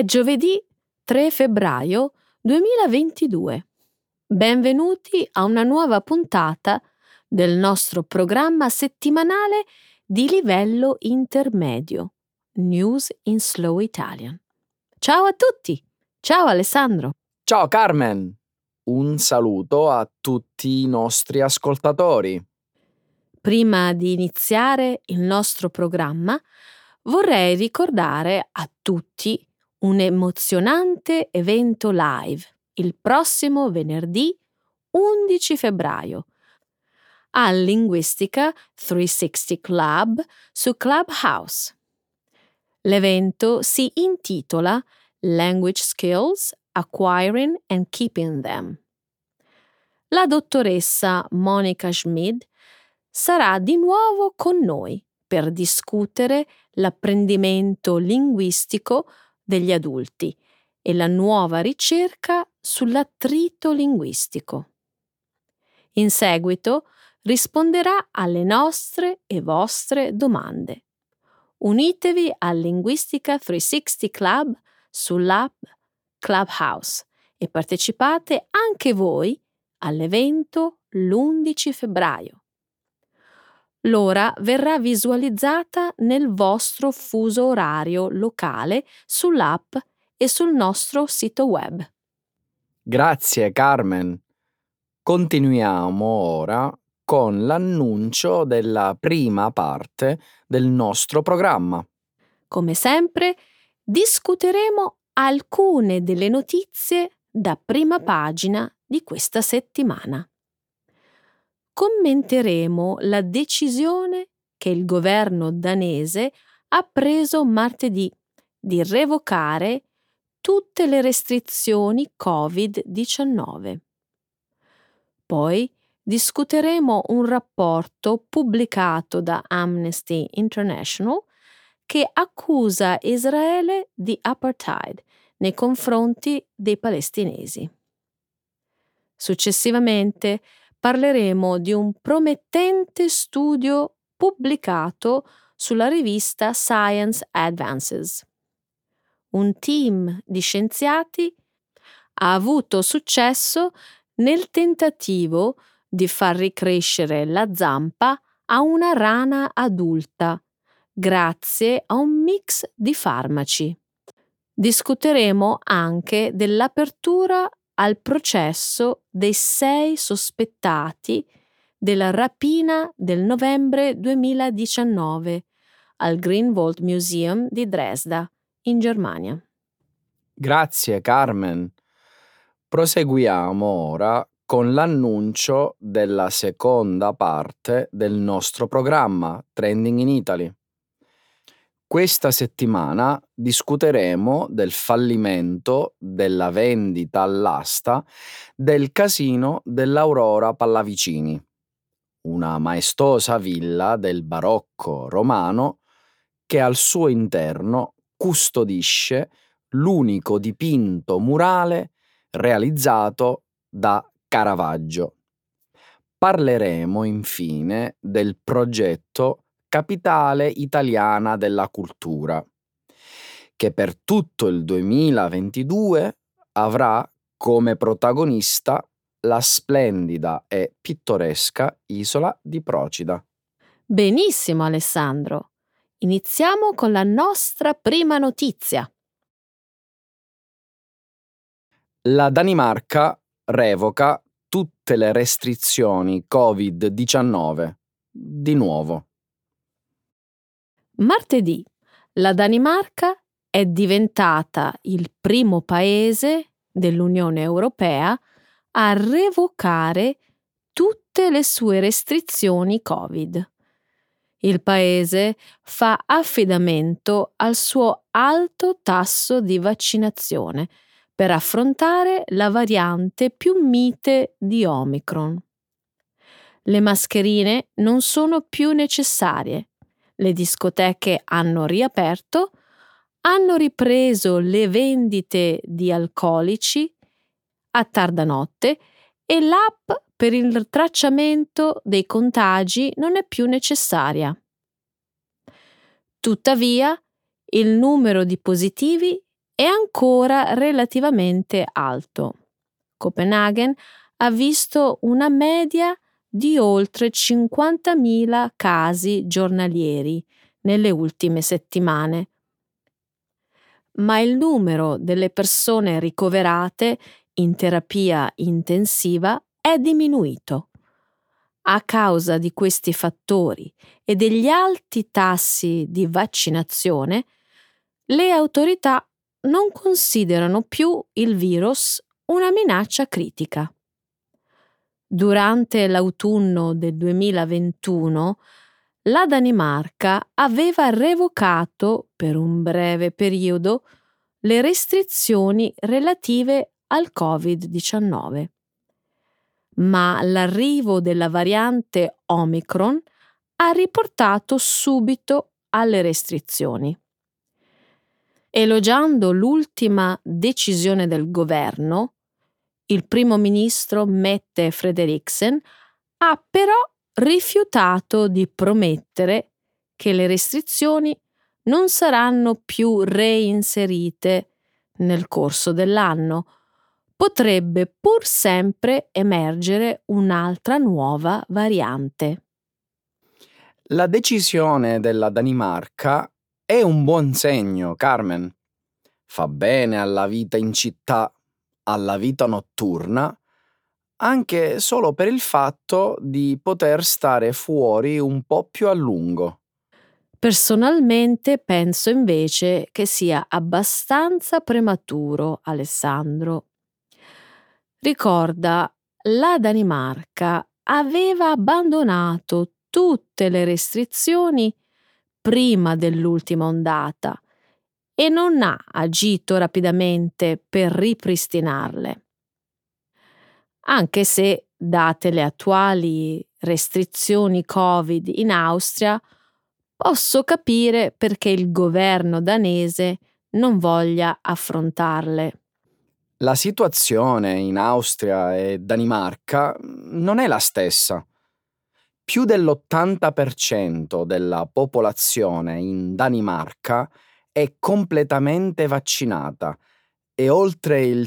È giovedì 3 febbraio 2022. Benvenuti a una nuova puntata del nostro programma settimanale di livello intermedio, News in Slow Italian. Ciao a tutti! Ciao Alessandro! Ciao Carmen! Un saluto a tutti i nostri ascoltatori. Prima di iniziare il nostro programma, vorrei ricordare a tutti un emozionante evento live il prossimo venerdì 11 febbraio al Linguistica 360 Club su Clubhouse. L'evento si intitola Language Skills, Acquiring and Keeping Them. La dottoressa Monica Schmid sarà di nuovo con noi per discutere l'apprendimento linguistico degli adulti e la nuova ricerca sull'attrito linguistico. In seguito risponderà alle nostre e vostre domande. Unitevi al Linguistica 360 Club sull'app Clubhouse e partecipate anche voi all'evento l'11 febbraio. L'ora verrà visualizzata nel vostro fuso orario locale sull'app e sul nostro sito web. Grazie Carmen. Continuiamo ora con l'annuncio della prima parte del nostro programma. Come sempre, discuteremo alcune delle notizie da prima pagina di questa settimana. Commenteremo la decisione che il governo danese ha preso martedì di revocare tutte le restrizioni Covid-19. Poi discuteremo un rapporto pubblicato da Amnesty International che accusa Israele di apartheid nei confronti dei palestinesi. Successivamente parleremo di un promettente studio pubblicato sulla rivista Science Advances. Un team di scienziati ha avuto successo nel tentativo di far ricrescere la zampa a una rana adulta, grazie a un mix di farmaci. Discuteremo anche dell'apertura al processo dei 6 sospettati della rapina del novembre 2019 al Greenwald Museum di Dresda, in Germania. Grazie Carmen. Proseguiamo ora con l'annuncio della seconda parte del nostro programma Trending in Italy. Questa settimana discuteremo del fallimento della vendita all'asta del casino dell'Aurora Pallavicini, una maestosa villa del barocco romano che al suo interno custodisce l'unico dipinto murale realizzato da Caravaggio. Parleremo infine del progetto Capitale Italiana della Cultura, che per tutto il 2022 avrà come protagonista la splendida e pittoresca isola di Procida. Benissimo, Alessandro. Iniziamo con la nostra prima notizia. La Danimarca revoca tutte le restrizioni Covid-19. Di nuovo. Martedì, la Danimarca è diventata il primo paese dell'Unione Europea a revocare tutte le sue restrizioni Covid. Il paese fa affidamento al suo alto tasso di vaccinazione per affrontare la variante più mite di Omicron. Le mascherine non sono più necessarie. Le discoteche hanno riaperto, hanno ripreso le vendite di alcolici a tarda notte e l'app per il tracciamento dei contagi non è più necessaria. Tuttavia, il numero di positivi è ancora relativamente alto. Copenaghen ha visto una media di oltre 50.000 casi giornalieri nelle ultime settimane. Ma il numero delle persone ricoverate in terapia intensiva è diminuito. A causa di questi fattori e degli alti tassi di vaccinazione, le autorità non considerano più il virus una minaccia critica. Durante l'autunno del 2021, la Danimarca aveva revocato per un breve periodo le restrizioni relative al Covid-19. Ma l'arrivo della variante Omicron ha riportato subito alle restrizioni. Elogiando l'ultima decisione del governo, il primo ministro Mette Frederiksen ha però rifiutato di promettere che le restrizioni non saranno più reinserite nel corso dell'anno. Potrebbe pur sempre emergere un'altra nuova variante. La decisione della Danimarca è un buon segno, Carmen. Fa bene alla vita in città, alla vita notturna, anche solo per il fatto di poter stare fuori un po' più a lungo. Personalmente penso invece che sia abbastanza prematuro, Alessandro. Ricorda, la Danimarca aveva abbandonato tutte le restrizioni prima dell'ultima ondata e non ha agito rapidamente per ripristinarle. Anche se, date le attuali restrizioni Covid in Austria, posso capire perché il governo danese non voglia affrontarle. La situazione in Austria e Danimarca non è la stessa. Più dell'80% della popolazione in Danimarca è completamente vaccinata e oltre il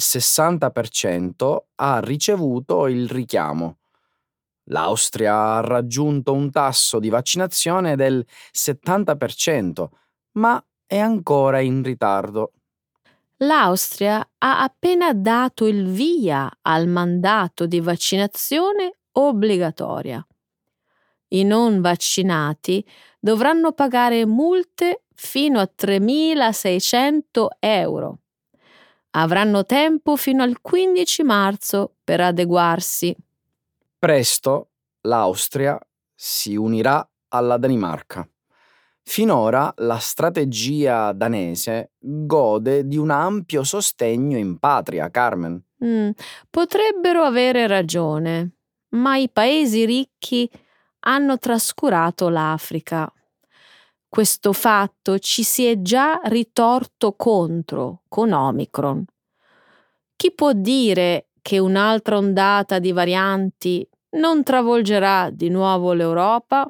60% ha ricevuto il richiamo. L'Austria ha raggiunto un tasso di vaccinazione del 70%, ma è ancora in ritardo. L'Austria ha appena dato il via al mandato di vaccinazione obbligatoria. I non vaccinati dovranno pagare multe fino a 3.600 euro. Avranno tempo fino al 15 marzo per adeguarsi. Presto l'Austria si unirà alla Danimarca. Finora la strategia danese gode di un ampio sostegno in patria, Carmen. Potrebbero avere ragione, ma i paesi ricchi hanno trascurato l'Africa. Questo fatto ci si è già ritorto contro con Omicron. Chi può dire che un'altra ondata di varianti non travolgerà di nuovo l'Europa?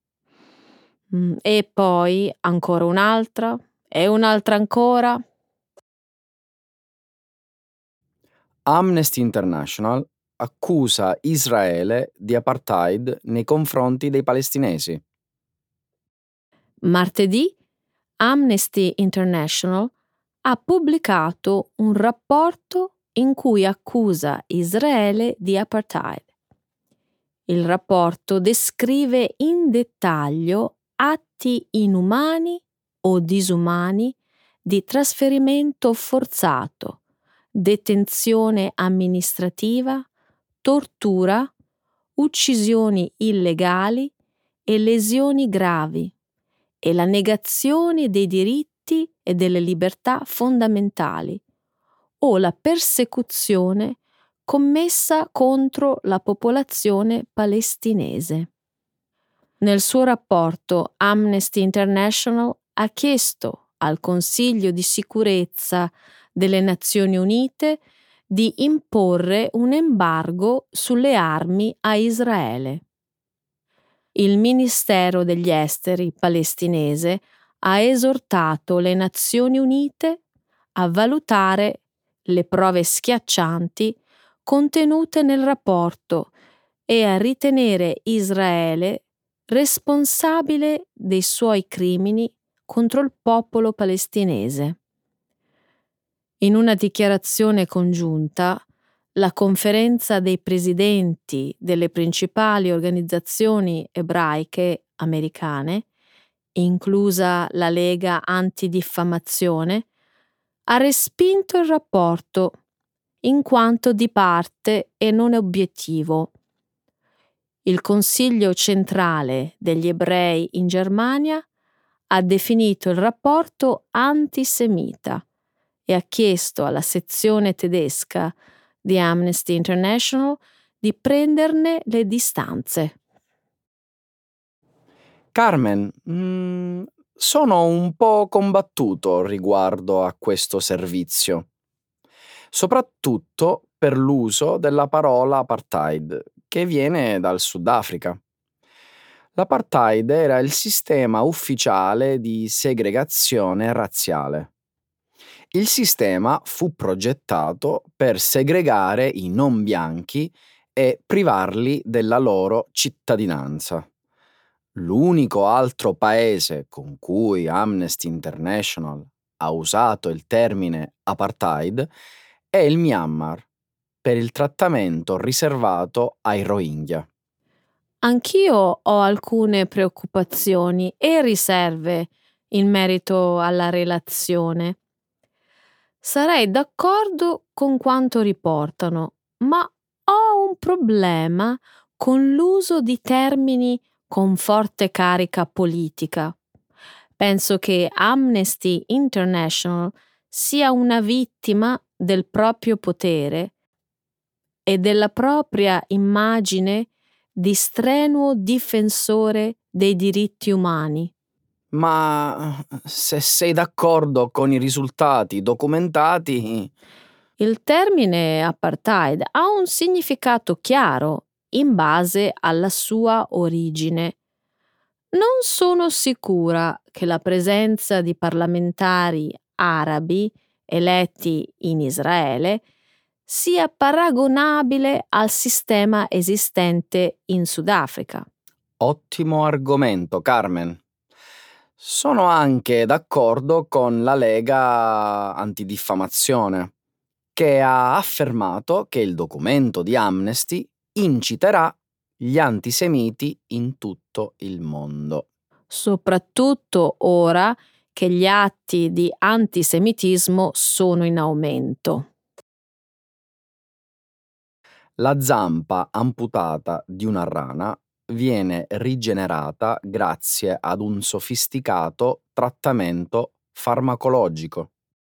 E poi ancora un'altra e un'altra ancora. Amnesty International accusa Israele di apartheid nei confronti dei palestinesi. Martedì Amnesty International ha pubblicato un rapporto in cui accusa Israele di apartheid. Il rapporto descrive in dettaglio atti inumani o disumani di trasferimento forzato, detenzione amministrativa, tortura, uccisioni illegali e lesioni gravi e la negazione dei diritti e delle libertà fondamentali o la persecuzione commessa contro la popolazione palestinese. Nel suo rapporto Amnesty International ha chiesto al Consiglio di sicurezza delle Nazioni Unite di imporre un embargo sulle armi a Israele. Il Ministero degli Esteri palestinese ha esortato le Nazioni Unite a valutare le prove schiaccianti contenute nel rapporto e a ritenere Israele responsabile dei suoi crimini contro il popolo palestinese. In una dichiarazione congiunta, la conferenza dei presidenti delle principali organizzazioni ebraiche americane, inclusa la Lega Antidiffamazione, ha respinto il rapporto in quanto di parte e non obiettivo. Il Consiglio centrale degli ebrei in Germania ha definito il rapporto antisemita e ha chiesto alla sezione tedesca di Amnesty International di prenderne le distanze. Carmen, sono un po' combattuto riguardo a questo servizio, soprattutto per l'uso della parola apartheid, che viene dal Sudafrica. L'apartheid era il sistema ufficiale di segregazione razziale. Il sistema fu progettato per segregare i non bianchi e privarli della loro cittadinanza. L'unico altro paese con cui Amnesty International ha usato il termine apartheid è il Myanmar, per il trattamento riservato ai Rohingya. Anch'io ho alcune preoccupazioni e riserve in merito alla relazione. Sarei d'accordo con quanto riportano, ma ho un problema con l'uso di termini con forte carica politica. Penso che Amnesty International sia una vittima del proprio potere e della propria immagine di strenuo difensore dei diritti umani. Ma se sei d'accordo con i risultati documentati, Il termine apartheid ha un significato chiaro in base alla sua origine. Non sono sicura che la presenza di parlamentari arabi eletti in Israele sia paragonabile al sistema esistente in Sudafrica. ottimo argomento, Carmen. Sono anche d'accordo con la Lega Antidiffamazione, che ha affermato che il documento di Amnesty inciterà gli antisemiti in tutto il mondo. Soprattutto ora che gli atti di antisemitismo sono in aumento. La zampa amputata di una rana viene rigenerata grazie ad un sofisticato trattamento farmacologico.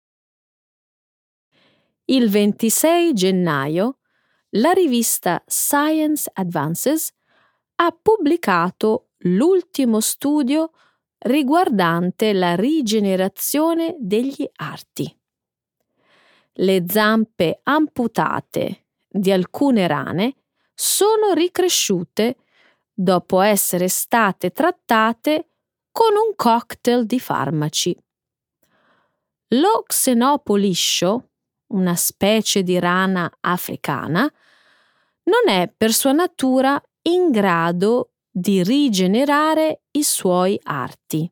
Il 26 gennaio la rivista Science Advances ha pubblicato l'ultimo studio riguardante la rigenerazione degli arti. Le zampe amputate di alcune rane sono ricresciute dopo essere state trattate con un cocktail di farmaci. Lo xenopo liscio, una specie di rana africana, non è per sua natura in grado di rigenerare i suoi arti.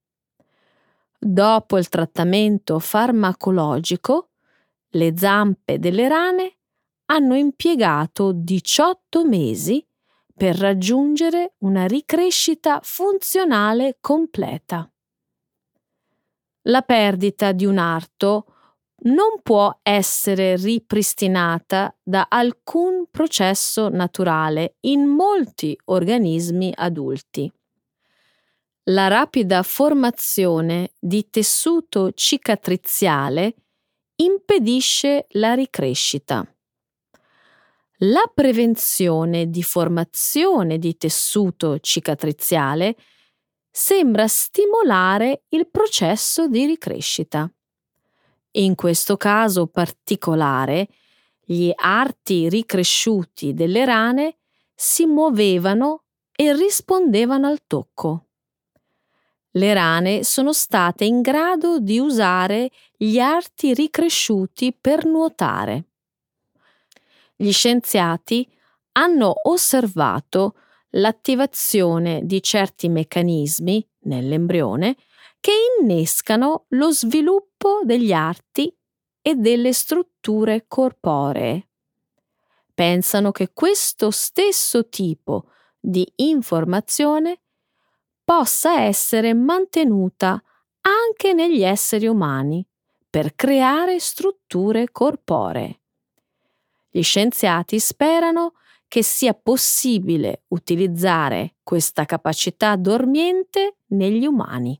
Dopo il trattamento farmacologico, le zampe delle rane hanno impiegato 18 mesi per raggiungere una ricrescita funzionale completa. La perdita di un arto non può essere ripristinata da alcun processo naturale in molti organismi adulti. La rapida formazione di tessuto cicatriziale impedisce la ricrescita. La prevenzione di formazione di tessuto cicatriziale sembra stimolare il processo di ricrescita. In questo caso particolare, gli arti ricresciuti delle rane si muovevano e rispondevano al tocco. Le rane sono state in grado di usare gli arti ricresciuti per nuotare. Gli scienziati hanno osservato l'attivazione di certi meccanismi nell'embrione che innescano lo sviluppo degli arti e delle strutture corporee. Pensano che questo stesso tipo di informazione possa essere mantenuta anche negli esseri umani per creare strutture corporee. Gli scienziati sperano che sia possibile utilizzare questa capacità dormiente negli umani.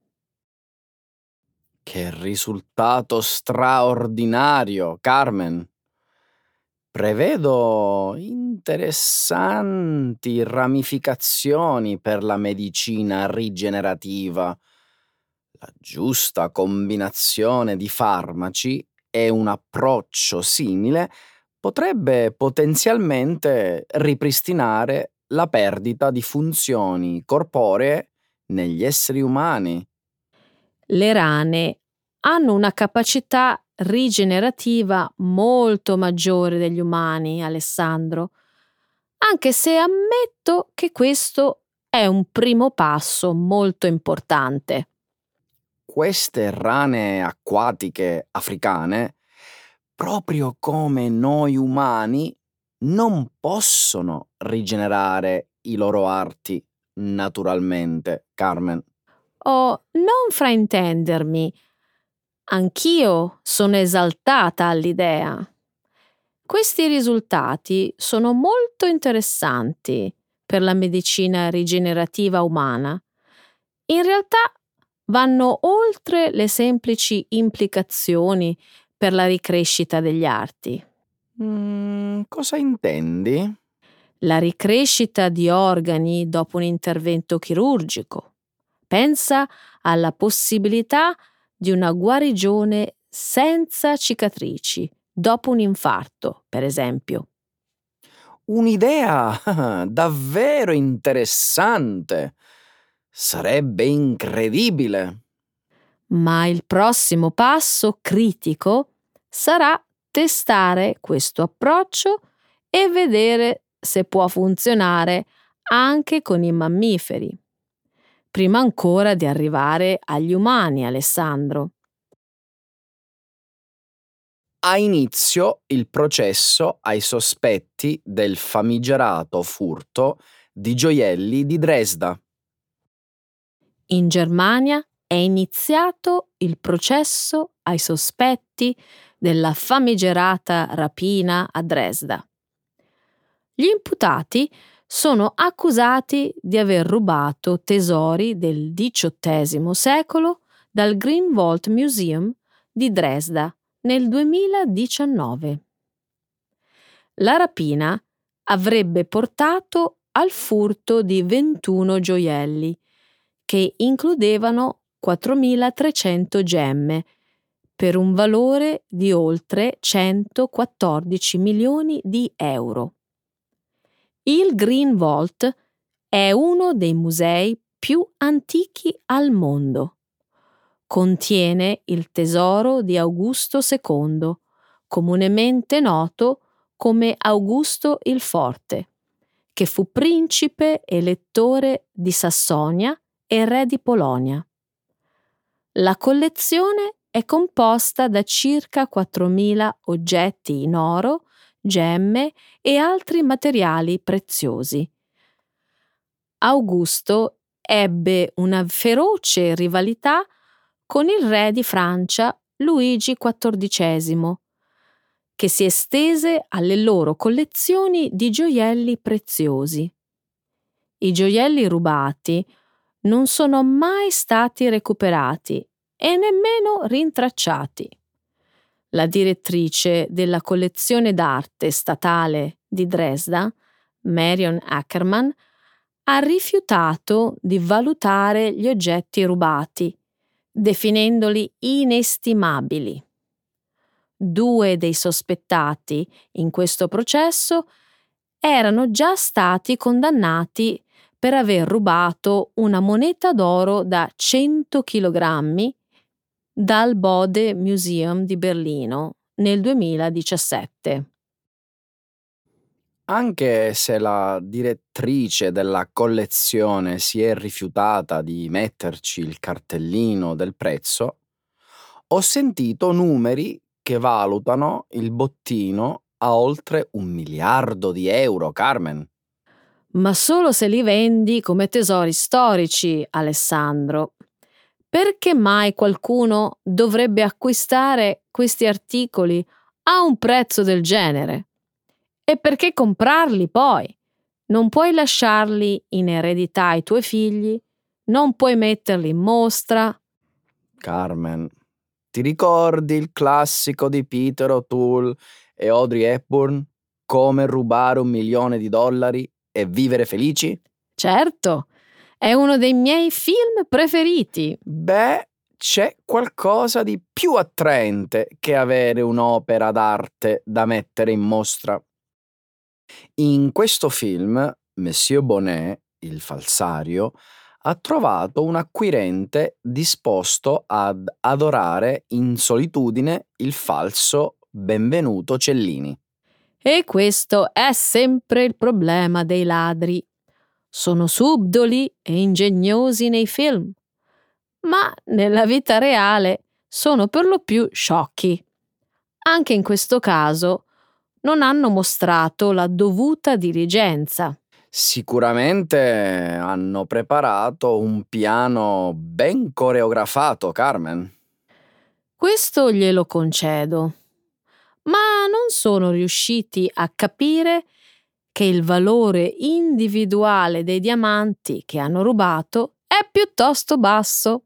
Che risultato straordinario, Carmen! Prevedo interessanti ramificazioni per la medicina rigenerativa. La giusta combinazione di farmaci e un approccio simile potrebbe potenzialmente ripristinare la perdita di funzioni corporee negli esseri umani. Le rane hanno una capacità rigenerativa molto maggiore degli umani, Alessandro, anche se ammetto che questo è un primo passo molto importante. Queste rane acquatiche africane, proprio come noi umani, non possono rigenerare i loro arti naturalmente, Carmen. Oh, non fraintendermi, anch'io sono esaltata all'idea. Questi risultati sono molto interessanti per la medicina rigenerativa umana. In realtà vanno oltre le semplici implicazioni per la ricrescita degli arti. Cosa intendi? La ricrescita di organi dopo un intervento chirurgico. Pensa alla possibilità di una guarigione senza cicatrici dopo un infarto, per esempio. Un'idea davvero interessante. Sarebbe incredibile. Ma il prossimo passo critico sarà testare questo approccio e vedere se può funzionare anche con i mammiferi, prima ancora di arrivare agli umani, Alessandro. Ha inizio il processo ai sospetti del famigerato furto di gioielli di Dresda. In Germania è iniziato il processo ai sospetti della famigerata rapina a Dresda. Gli imputati sono accusati di aver rubato tesori del XVIII secolo dal Greenwald Museum di Dresda nel 2019. La rapina avrebbe portato al furto di 21 gioielli, che includevano 4.300 gemme, per un valore di oltre 114 milioni di euro. Il Green Vault è uno dei musei più antichi al mondo. Contiene il tesoro di Augusto II, comunemente noto come Augusto il Forte, che fu principe elettore di Sassonia e re di Polonia. La collezione è composta da circa 4.000 oggetti in oro, gemme e altri materiali preziosi. Augusto ebbe una feroce rivalità con il re di Francia Luigi XIV, che si estese alle loro collezioni di gioielli preziosi. I gioielli rubati non sono mai stati recuperati e nemmeno rintracciati. La direttrice della collezione d'arte statale di Dresda, Marion Ackermann, ha rifiutato di valutare gli oggetti rubati, definendoli inestimabili. 2 dei sospettati in questo processo erano già stati condannati per aver rubato una moneta d'oro da 100 chilogrammi dal Bode Museum di Berlino nel 2017. Anche se la direttrice della collezione si è rifiutata di metterci il cartellino del prezzo, ho sentito numeri che valutano il bottino a oltre 1 miliardo di euro, Carmen. Ma solo se li vendi come tesori storici, Alessandro. Perché mai qualcuno dovrebbe acquistare questi articoli a un prezzo del genere? E perché comprarli poi? Non puoi lasciarli in eredità ai tuoi figli, non puoi metterli in mostra. Carmen, ti ricordi il classico di Peter O'Toole e Audrey Hepburn? Come rubare $1 milione e vivere felici? Certo, è uno dei miei film preferiti. Beh, c'è qualcosa di più attraente che avere un'opera d'arte da mettere in mostra. In questo film, Monsieur Bonnet, il falsario, ha trovato un acquirente disposto ad adorare in solitudine il falso Benvenuto Cellini. E questo è sempre il problema dei ladri. Sono subdoli e ingegnosi nei film, ma nella vita reale sono per lo più sciocchi. Anche in questo caso non hanno mostrato la dovuta diligenza. Sicuramente hanno preparato un piano ben coreografato, Carmen. Questo glielo concedo, ma non sono riusciti a capire che il valore individuale dei diamanti che hanno rubato è piuttosto basso.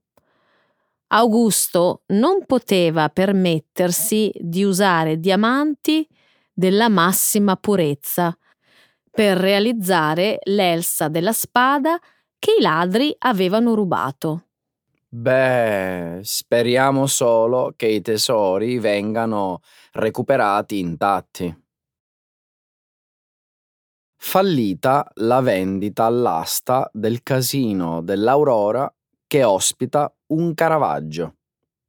Augusto non poteva permettersi di usare diamanti della massima purezza per realizzare l'elsa della spada che i ladri avevano rubato. Beh, speriamo solo che i tesori vengano recuperati intatti. Fallita la vendita all'asta del casino dell'Aurora che ospita un Caravaggio.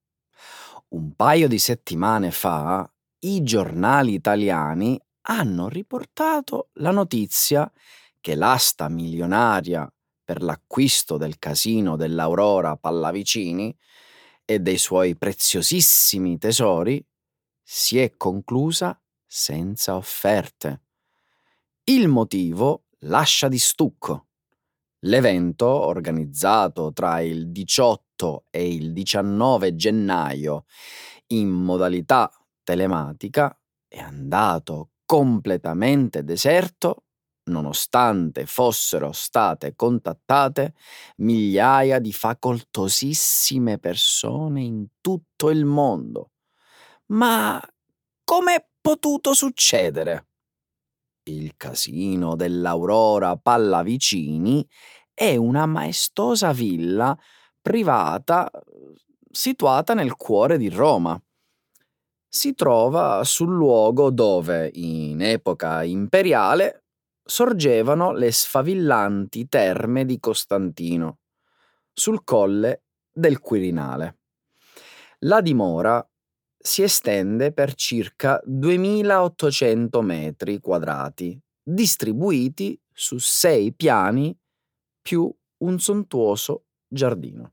Un paio di settimane fa i giornali italiani hanno riportato la notizia che l'asta milionaria per l'acquisto del casino dell'Aurora Pallavicini e dei suoi preziosissimi tesori si è conclusa senza offerte. Il motivo lascia di stucco. L'evento, organizzato tra il 18 e il 19 gennaio in modalità telematica, è andato completamente deserto nonostante fossero state contattate migliaia di facoltosissime persone in tutto il mondo. Ma com'è potuto succedere? Il casino dell'Aurora Pallavicini è una maestosa villa privata situata nel cuore di Roma. Si trova sul luogo dove, in epoca imperiale, sorgevano le sfavillanti terme di Costantino, sul colle del Quirinale. La dimora si estende per circa 2800 metri quadrati, distribuiti su 6 piani più un sontuoso giardino.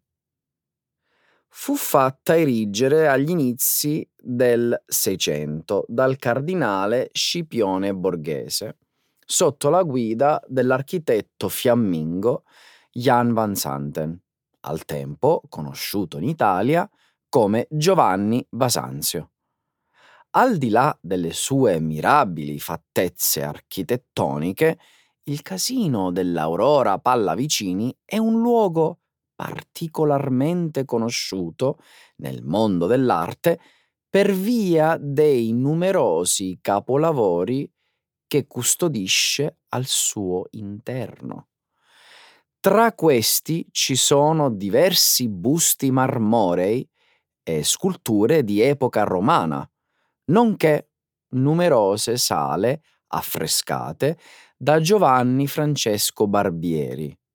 Fu fatta erigere agli inizi del Seicento dal cardinale Scipione Borghese, sotto la guida dell'architetto fiammingo Jan van Santen, al tempo conosciuto in Italia come Giovanni Basanzio. Al di là delle sue mirabili fattezze architettoniche, il casino dell'Aurora Pallavicini è un luogo particolarmente conosciuto nel mondo dell'arte per via dei numerosi capolavori che custodisce al suo interno. Tra questi ci sono diversi busti marmorei e sculture di epoca romana, nonché numerose sale affrescate da Giovanni Francesco Barbieri,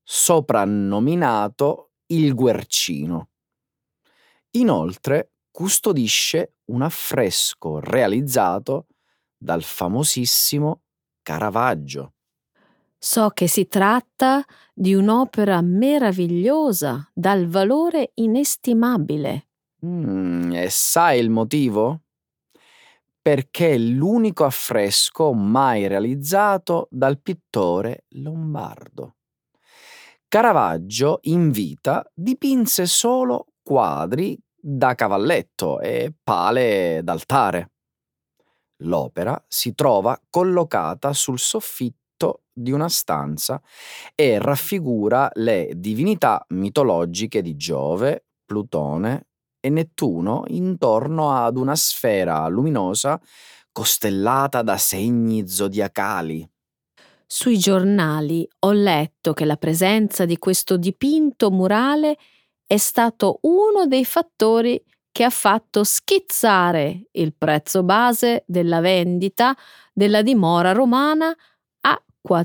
soprannominato il Guercino. Inoltre custodisce un affresco realizzato dal famosissimo Caravaggio. So che si tratta di un'opera meravigliosa, dal valore inestimabile. E sai il motivo? Perché è l'unico affresco mai realizzato dal pittore lombardo. Caravaggio in vita dipinse solo quadri da cavalletto e pale d'altare. L'opera si trova collocata sul soffitto di una stanza e raffigura le divinità mitologiche di Giove, Plutone e Nettuno intorno ad una sfera luminosa costellata da segni zodiacali. Sui giornali ho letto che la presenza di questo dipinto murale è stato uno dei fattori che ha fatto schizzare il prezzo base della vendita della dimora romana a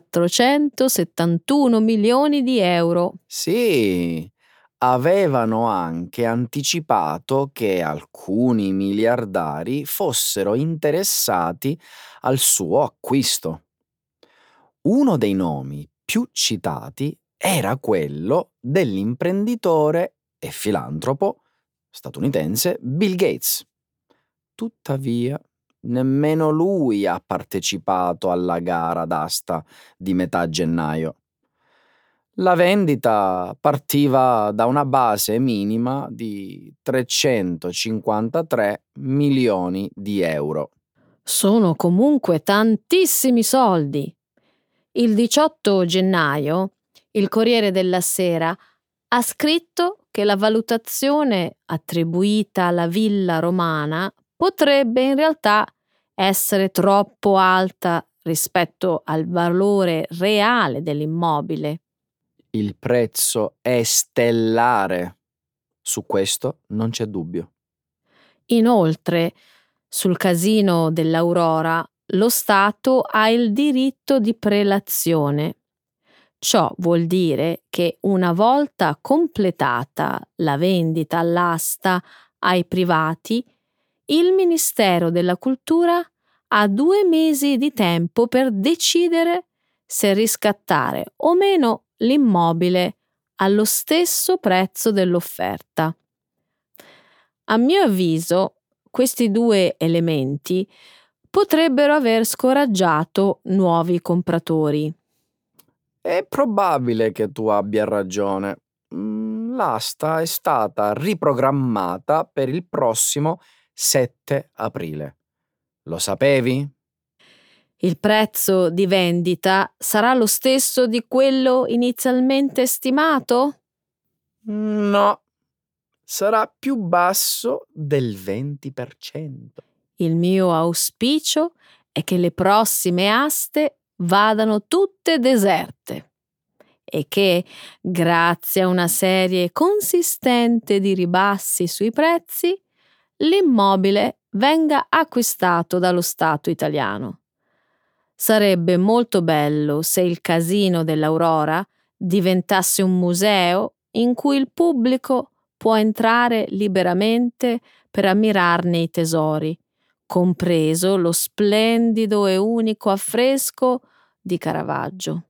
471 milioni di euro. Sì, avevano anche anticipato che alcuni miliardari fossero interessati al suo acquisto. Uno dei nomi più citati era quello dell'imprenditore e filantropo statunitense Bill Gates. Tuttavia, nemmeno lui ha partecipato alla gara d'asta di metà gennaio. La vendita partiva da una base minima di 353 milioni di euro. Sono comunque tantissimi soldi. Il 18 gennaio il Corriere della Sera ha scritto che la valutazione attribuita alla villa romana potrebbe in realtà essere troppo alta rispetto al valore reale dell'immobile. Il prezzo è stellare. Su questo non c'è dubbio. Inoltre, sul casino dell'Aurora, lo Stato ha il diritto di prelazione. Ciò vuol dire che una volta completata la vendita all'asta ai privati, il Ministero della Cultura ha 2 mesi di tempo per decidere se riscattare o meno l'immobile allo stesso prezzo dell'offerta. A mio avviso, questi 2 elementi potrebbero aver scoraggiato nuovi compratori. È probabile che tu abbia ragione. L'asta è stata riprogrammata per il prossimo 7 aprile. Lo sapevi? Il prezzo di vendita sarà lo stesso di quello inizialmente stimato? No, sarà più basso del 20%. Il mio auspicio è che le prossime aste vadano tutte deserte e che, grazie a una serie consistente di ribassi sui prezzi, l'immobile venga acquistato dallo Stato italiano. Sarebbe molto bello se il casino dell'Aurora diventasse un museo in cui il pubblico può entrare liberamente per ammirarne i tesori, compreso lo splendido e unico affresco di Caravaggio.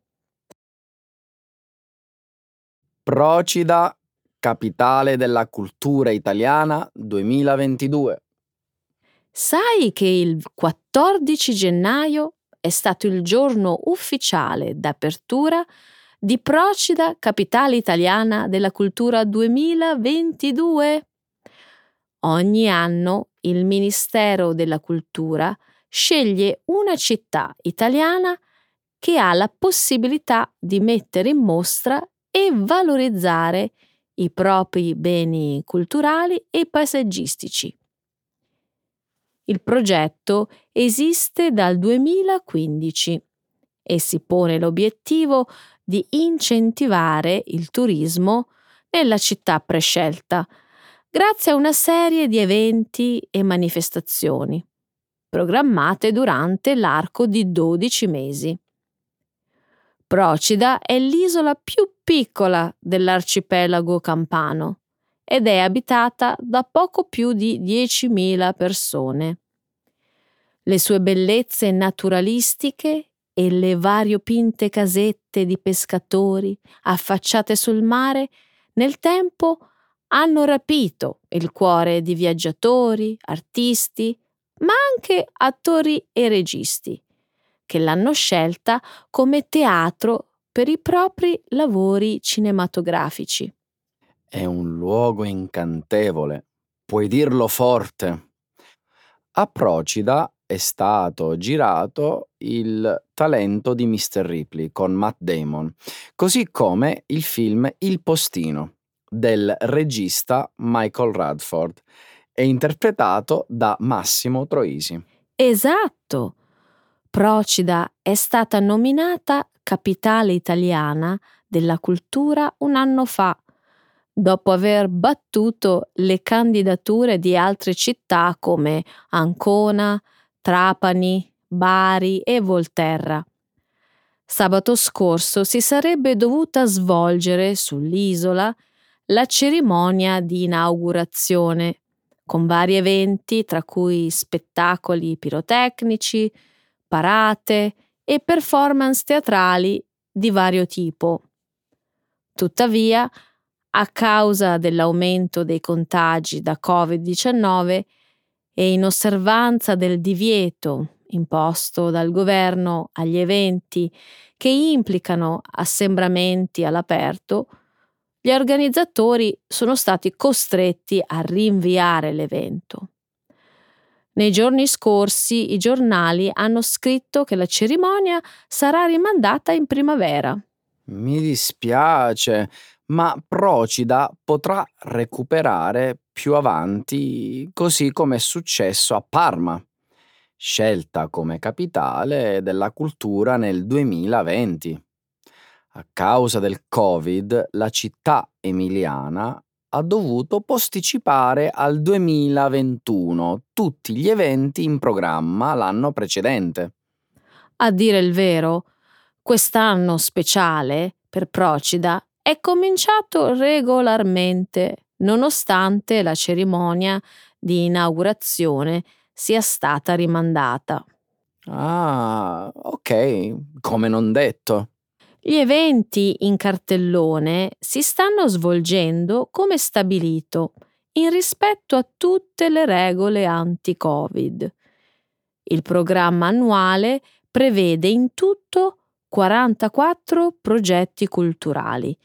Procida, capitale della cultura italiana 2022. Sai che il 14 gennaio è stato il giorno ufficiale d'apertura di Procida, capitale italiana della cultura 2022? Ogni anno il Ministero della Cultura sceglie una città italiana che ha la possibilità di mettere in mostra e valorizzare i propri beni culturali e paesaggistici. Il progetto esiste dal 2015 e si pone l'obiettivo di incentivare il turismo nella città prescelta, grazie a una serie di eventi e manifestazioni, programmate durante l'arco di 12 mesi. Procida è l'isola più piccola dell'arcipelago campano ed è abitata da poco più di 10.000 persone. Le sue bellezze naturalistiche e le variopinte casette di pescatori affacciate sul mare nel tempo hanno rapito il cuore di viaggiatori, artisti, ma anche attori e registi, che l'hanno scelta come teatro per i propri lavori cinematografici. È un luogo incantevole, puoi dirlo forte. A Procida è stato girato Il talento di Mr. Ripley con Matt Damon, così come il film Il postino del regista Michael Radford e interpretato da Massimo Troisi. Esatto! Procida è stata nominata Capitale italiana della cultura un anno fa, dopo aver battuto le candidature di altre città come Ancona, Trapani, Bari e Volterra. Sabato scorso si sarebbe dovuta svolgere sull'isola la cerimonia di inaugurazione, con vari eventi tra cui spettacoli pirotecnici, parate e performance teatrali di vario tipo. Tuttavia, a causa dell'aumento dei contagi da Covid-19 e in osservanza del divieto imposto dal governo agli eventi che implicano assembramenti all'aperto, gli organizzatori sono stati costretti a rinviare l'evento. Nei giorni scorsi i giornali hanno scritto che la cerimonia sarà rimandata in primavera. Mi dispiace, ma Procida potrà recuperare più avanti, così come è successo a Parma, scelta come capitale della cultura nel 2020. A causa del Covid, la città emiliana ha dovuto posticipare al 2021 tutti gli eventi in programma l'anno precedente. A dire il vero, quest'anno speciale per Procida è cominciato regolarmente, nonostante la cerimonia di inaugurazione sia stata rimandata. Ah, ok, come non detto. Gli eventi in cartellone si stanno svolgendo come stabilito, in rispetto a tutte le regole anti-Covid. Il programma annuale prevede in tutto 44 progetti culturali,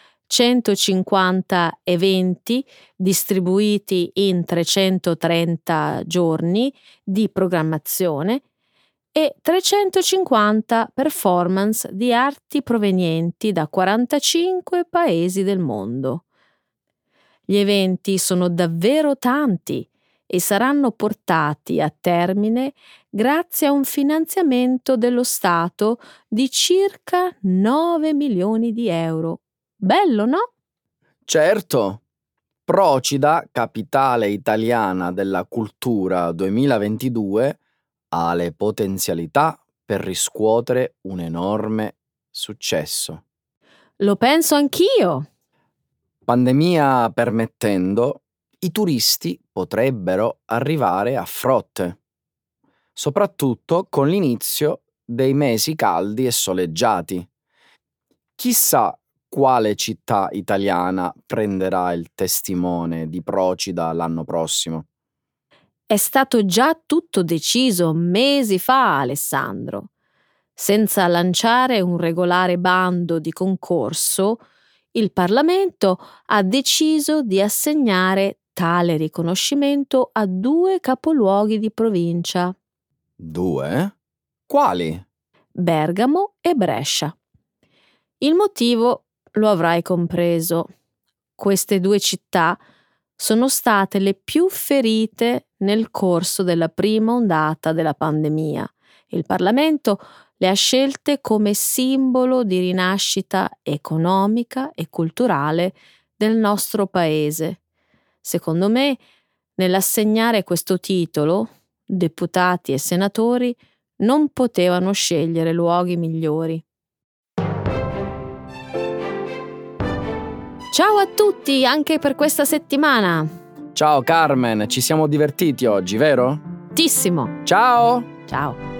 150 eventi distribuiti in 330 giorni di programmazione e 350 performance di arti provenienti da 45 paesi del mondo. Gli eventi sono davvero tanti e saranno portati a termine grazie a un finanziamento dello Stato di circa 9 milioni di euro. Bello, no? Certo, Procida, capitale italiana della cultura 2022, ha le potenzialità per riscuotere un enorme successo. Lo penso anch'io. Pandemia permettendo, i turisti potrebbero arrivare a frotte, soprattutto con l'inizio dei mesi caldi e soleggiati. Chissà quale città italiana prenderà il testimone di Procida l'anno prossimo. È stato già tutto deciso mesi fa, Alessandro. Senza lanciare un regolare bando di concorso, il Parlamento ha deciso di assegnare tale riconoscimento a 2 capoluoghi di provincia, 2? Quali? Bergamo e Brescia. Il motivo lo avrai compreso. Queste 2 città sono state le più ferite nel corso della prima ondata della pandemia. Il Parlamento le ha scelte come simbolo di rinascita economica e culturale del nostro paese. Secondo me, nell'assegnare questo titolo, deputati e senatori non potevano scegliere luoghi migliori. Ciao a tutti anche per questa settimana. Ciao Carmen, ci siamo divertiti oggi, vero? Tantissimo. Ciao! Ciao.